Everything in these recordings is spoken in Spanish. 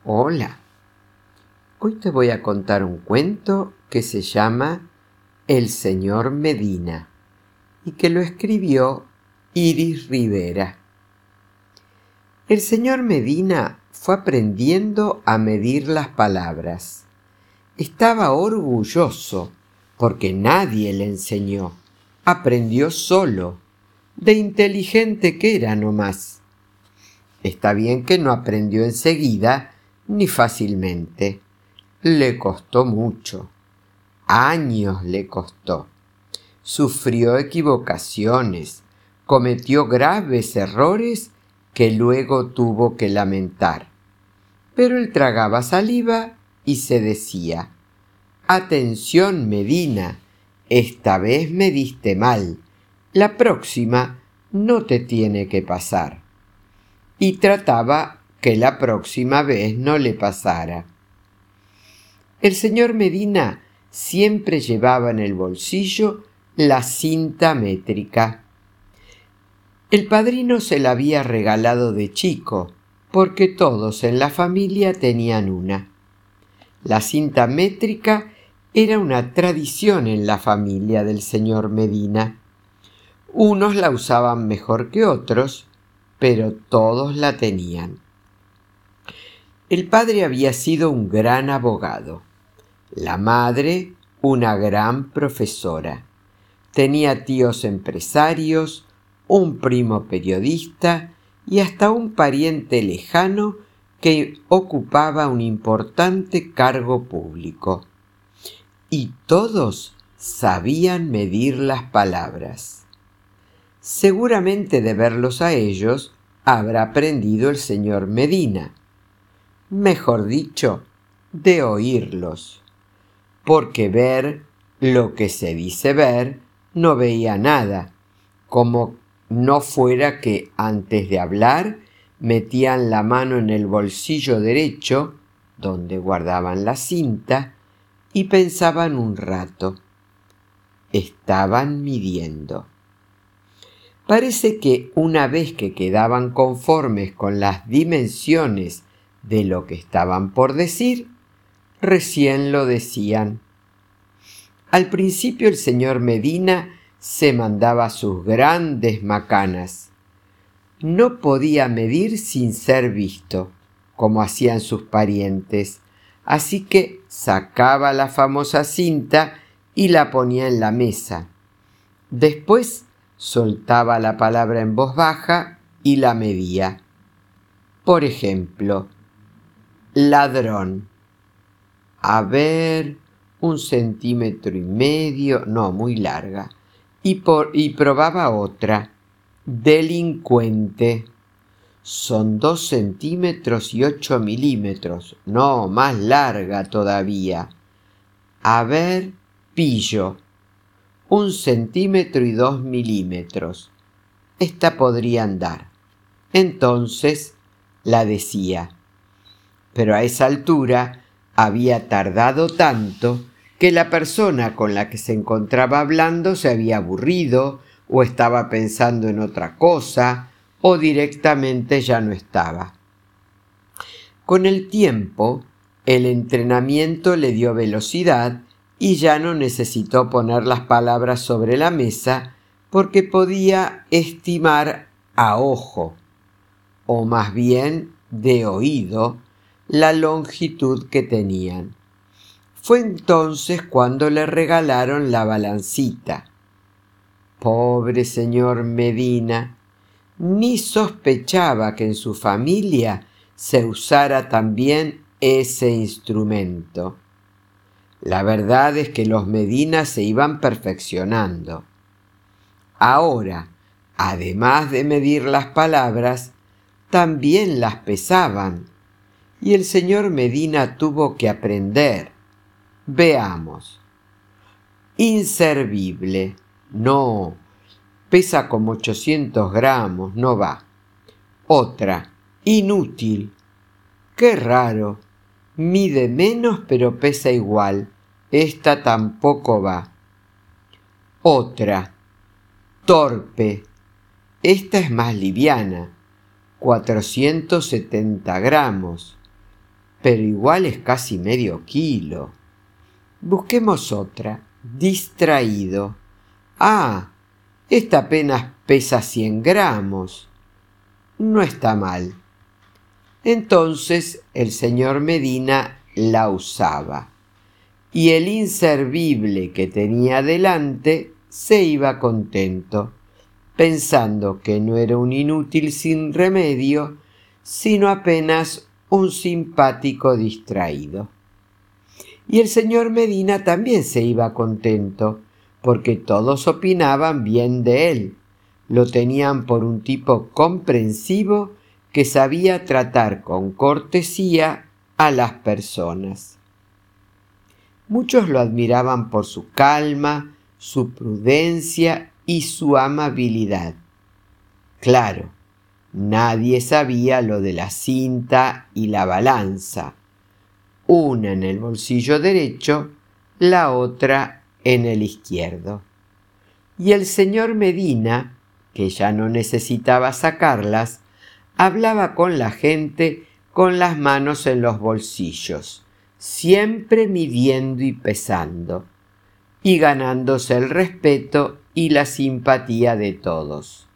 Hola, hoy te voy a contar un cuento que se llama El señor Medina y que lo escribió Iris Rivera. El señor Medina fue aprendiendo a medir las palabras. Estaba orgulloso porque nadie le enseñó. Aprendió solo, de inteligente que era nomás. Está bien que no aprendió enseguida ni fácilmente. Le costó mucho. Años le costó. Sufrió equivocaciones, cometió graves errores que luego tuvo que lamentar. Pero él tragaba saliva y se decía: «Atención, Medina, esta vez me diste mal. La próxima no te tiene que pasar». Y trataba que la próxima vez no le pasara. El señor Medina siempre llevaba en el bolsillo la cinta métrica. El padrino se la había regalado de chico, porque todos en la familia tenían una. La cinta métrica era una tradición en la familia del señor Medina. Unos la usaban mejor que otros, pero todos la tenían. El padre había sido un gran abogado, la madre una gran profesora. Tenía tíos empresarios, un primo periodista y hasta un pariente lejano que ocupaba un importante cargo público. Y todos sabían medir las palabras. Seguramente de verlos a ellos habrá aprendido el señor Medina. Mejor dicho, de oírlos. Porque ver lo que se dice ver no veía nada, como no fuera que antes de hablar metían la mano en el bolsillo derecho, donde guardaban la cinta, y pensaban un rato. Estaban midiendo. Parece que una vez que quedaban conformes con las dimensiones de lo que estaban por decir, recién lo decían. Al principio el señor Medina se mandaba sus grandes macanas. No podía medir sin ser visto, como hacían sus parientes, así que sacaba la famosa cinta y la ponía en la mesa. Después soltaba la palabra en voz baja y la medía. Por ejemplo, ladrón. A ver, 1,5 centímetros, no, muy larga. Y probaba otra. Delincuente. Son 2,8 centímetros, no, más larga todavía. A ver, pillo. 1,2 centímetros. Esta podría andar. Entonces la decía. Pero a esa altura había tardado tanto que la persona con la que se encontraba hablando se había aburrido o estaba pensando en otra cosa o directamente ya no estaba. Con el tiempo, el entrenamiento le dio velocidad y ya no necesitó poner las palabras sobre la mesa porque podía estimar a ojo, o más bien de oído, la longitud que tenían. Fue entonces cuando le regalaron la balancita. Pobre señor Medina, ni sospechaba que en su familia se usara también ese instrumento. La verdad es que los Medina se iban perfeccionando. Ahora, además de medir las palabras, también las pesaban. Y el señor Medina tuvo que aprender. Veamos. Inservible. No, pesa como 800 gramos, no va. Otra. Inútil. Qué raro. Mide menos pero pesa igual. Esta tampoco va. Otra. Torpe. Esta es más liviana. 470 gramos. pero igual es casi medio kilo. Busquemos otra. Distraído. Ah, esta apenas pesa 100 gramos. No está mal. Entonces el señor Medina la usaba, y el inservible que tenía delante se iba contento, pensando que no era un inútil sin remedio, sino apenas un simpático distraído. Y el señor Medina también se iba contento, porque todos opinaban bien de él. Lo tenían por un tipo comprensivo que sabía tratar con cortesía a las personas. Muchos lo admiraban por su calma, su prudencia y su amabilidad. Claro, nadie sabía lo de la cinta y la balanza, una en el bolsillo derecho, la otra en el izquierdo. Y el señor Medina, que ya no necesitaba sacarlas, hablaba con la gente con las manos en los bolsillos, siempre midiendo y pesando, y ganándose el respeto y la simpatía de todos.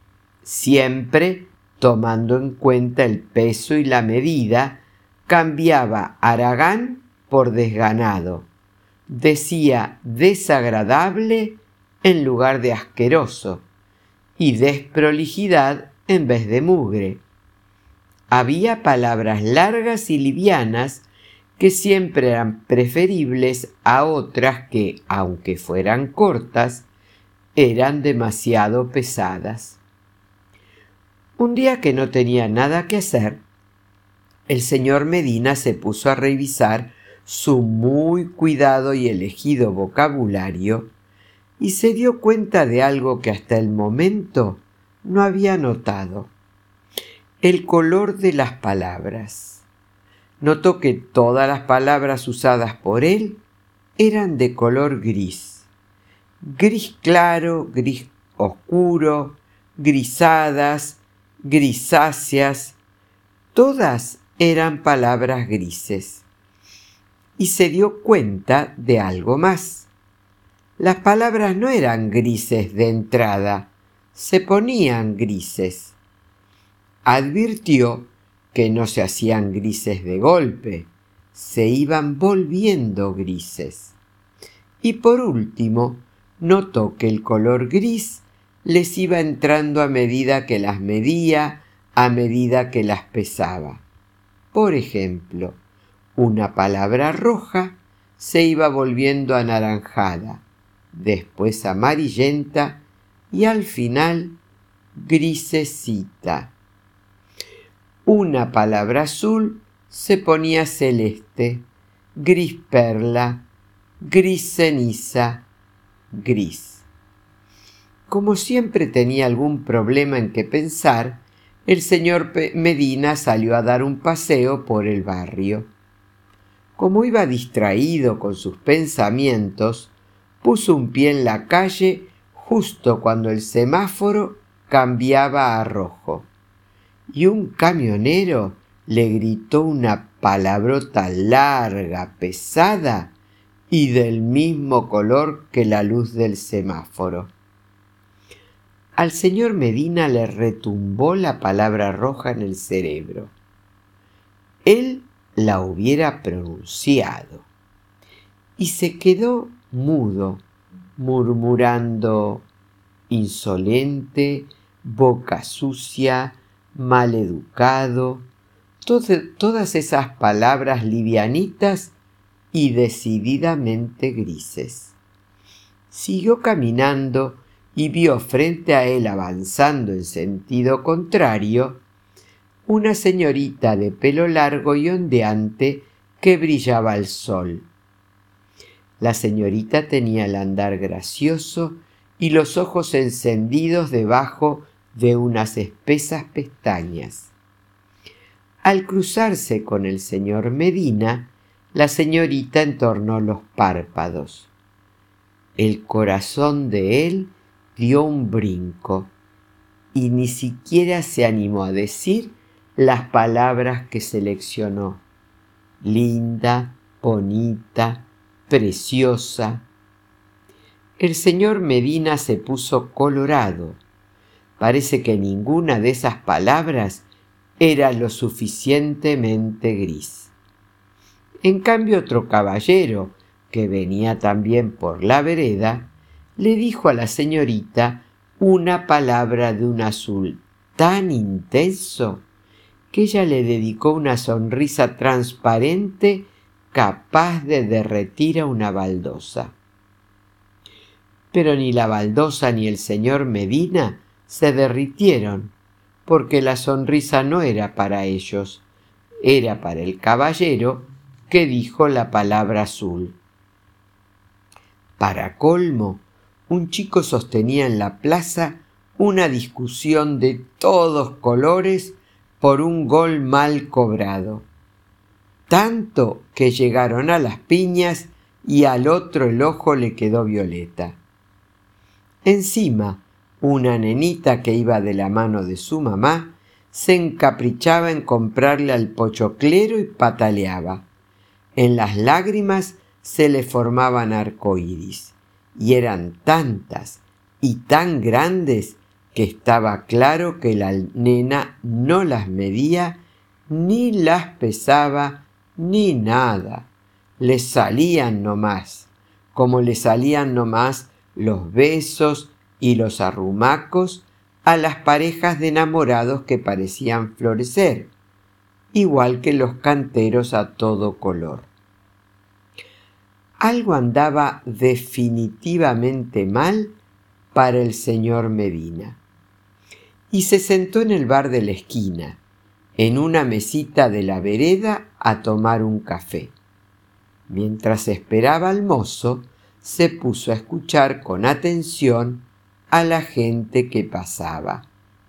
Siempre tomando en cuenta el peso y la medida, cambiaba haragán por desganado, decía desagradable en lugar de asqueroso y desprolijidad en vez de mugre. Había palabras largas y livianas que siempre eran preferibles a otras que, aunque fueran cortas, eran demasiado pesadas. Un día que no tenía nada que hacer, el señor Medina se puso a revisar su muy cuidado y elegido vocabulario y se dio cuenta de algo que hasta el momento no había notado: el color de las palabras. Notó que todas las palabras usadas por él eran de color gris. Gris claro, gris oscuro, grisadas, grisáceas. Todas eran palabras grises. Y se dio cuenta de algo más. Las palabras no eran grises de entrada, se ponían grises. Advirtió que no se hacían grises de golpe, se iban volviendo grises. Y por último, notó que el color gris les iba entrando a medida que las medía, a medida que las pesaba. Por ejemplo, una palabra roja se iba volviendo anaranjada, después amarillenta y al final grisecita. Una palabra azul se ponía celeste, gris perla, gris ceniza, gris. Como siempre tenía algún problema en que pensar, el señor Medina salió a dar un paseo por el barrio. Como iba distraído con sus pensamientos, puso un pie en la calle justo cuando el semáforo cambiaba a rojo, y un camionero le gritó una palabrota larga, pesada y del mismo color que la luz del semáforo. Al señor Medina le retumbó la palabra roja en el cerebro. Él la hubiera pronunciado y se quedó mudo, murmurando: insolente, boca sucia, maleducado, todas esas palabras livianitas y decididamente grises. Siguió caminando y vio frente a él, avanzando en sentido contrario, una señorita de pelo largo y ondeante que brillaba al sol. La señorita tenía el andar gracioso y los ojos encendidos debajo de unas espesas pestañas. Al cruzarse con el señor Medina, la señorita entornó los párpados. El corazón de él dio un brinco y ni siquiera se animó a decir las palabras que seleccionó. linda, bonita, preciosa. El señor Medina se puso colorado. Parece que ninguna de esas palabras era lo suficientemente gris. En cambio, otro caballero, que venía también por la vereda, le dijo a la señorita una palabra de un azul tan intenso que ella le dedicó una sonrisa transparente capaz de derretir a una baldosa. Pero ni la baldosa ni el señor Medina se derritieron, porque la sonrisa no era para ellos, era para el caballero que dijo la palabra azul. Para colmo, un chico sostenía en la plaza una discusión de todos colores por un gol mal cobrado, tanto que llegaron a las piñas y al otro el ojo le quedó violeta. Encima, una nenita que iba de la mano de su mamá se encaprichaba en comprarle al pochoclero y pataleaba. En las lágrimas se le formaban arcoíris, y eran tantas y tan grandes que estaba claro que la nena no las medía, ni las pesaba, ni nada. Le salían nomás, como le salían nomás los besos y los arrumacos a las parejas de enamorados que parecían florecer, igual que los canteros a todo color. Algo andaba definitivamente mal para el señor Medina, y se sentó en el bar de la esquina, en una mesita de la vereda, a tomar un café. Mientras esperaba al mozo, se puso a escuchar con atención a la gente que pasaba.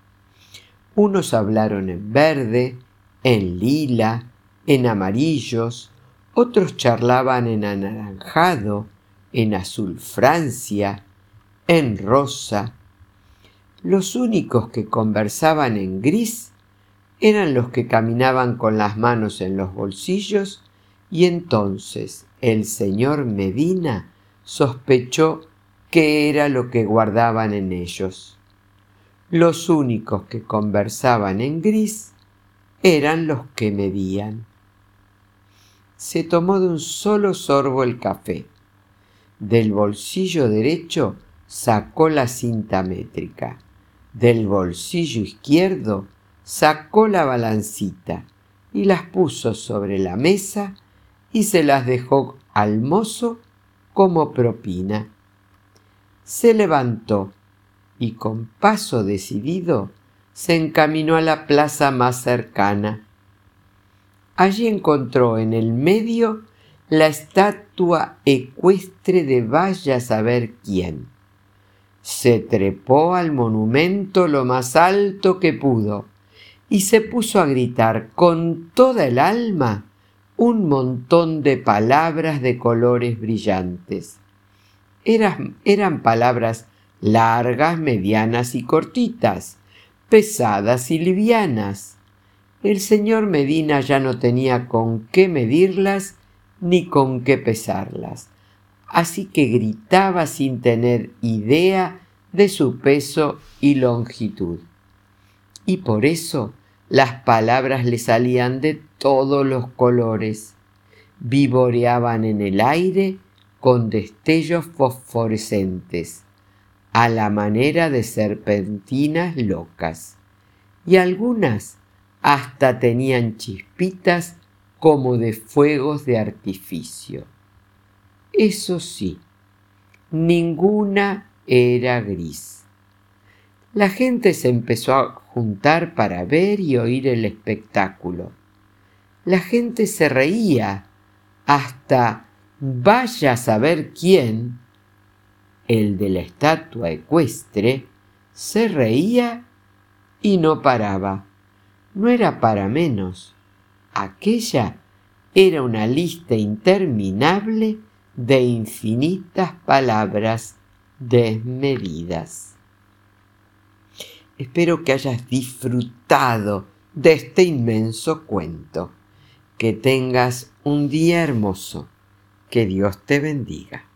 Unos hablaron en verde, en lila, en amarillos, otros charlaban en anaranjado, en azul Francia, en rosa. Los únicos que conversaban en gris eran los que caminaban con las manos en los bolsillos, y entonces el señor Medina sospechó qué era lo que guardaban en ellos. Los únicos que conversaban en gris eran los que medían. Se tomó de un solo sorbo el café. Del bolsillo derecho sacó la cinta métrica. Del bolsillo izquierdo sacó la balancita y las puso sobre la mesa y se las dejó al mozo como propina. Se levantó y con paso decidido se encaminó a la plaza más cercana. Allí encontró en el medio la estatua ecuestre de vaya a saber quién. Se trepó al monumento lo más alto que pudo y se puso a gritar con toda el alma un montón de palabras de colores brillantes. Eran palabras largas, medianas y cortitas, pesadas y livianas. El señor Medina ya no tenía con qué medirlas ni con qué pesarlas, así que gritaba sin tener idea de su peso y longitud. Y por eso las palabras le salían de todos los colores, vivoreaban en el aire con destellos fosforescentes, a la manera de serpentinas locas, y algunas hasta tenían chispitas como de fuegos de artificio. Eso sí, ninguna era gris. La gente se empezó a juntar para ver y oír el espectáculo. La gente se reía, hasta vaya a saber quién, el de la estatua ecuestre, se reía y no paraba. No era para menos. Aquella era una lista interminable de infinitas palabras desmedidas. Espero que hayas disfrutado de este inmenso cuento, Que tengas un día hermoso. Que Dios te bendiga.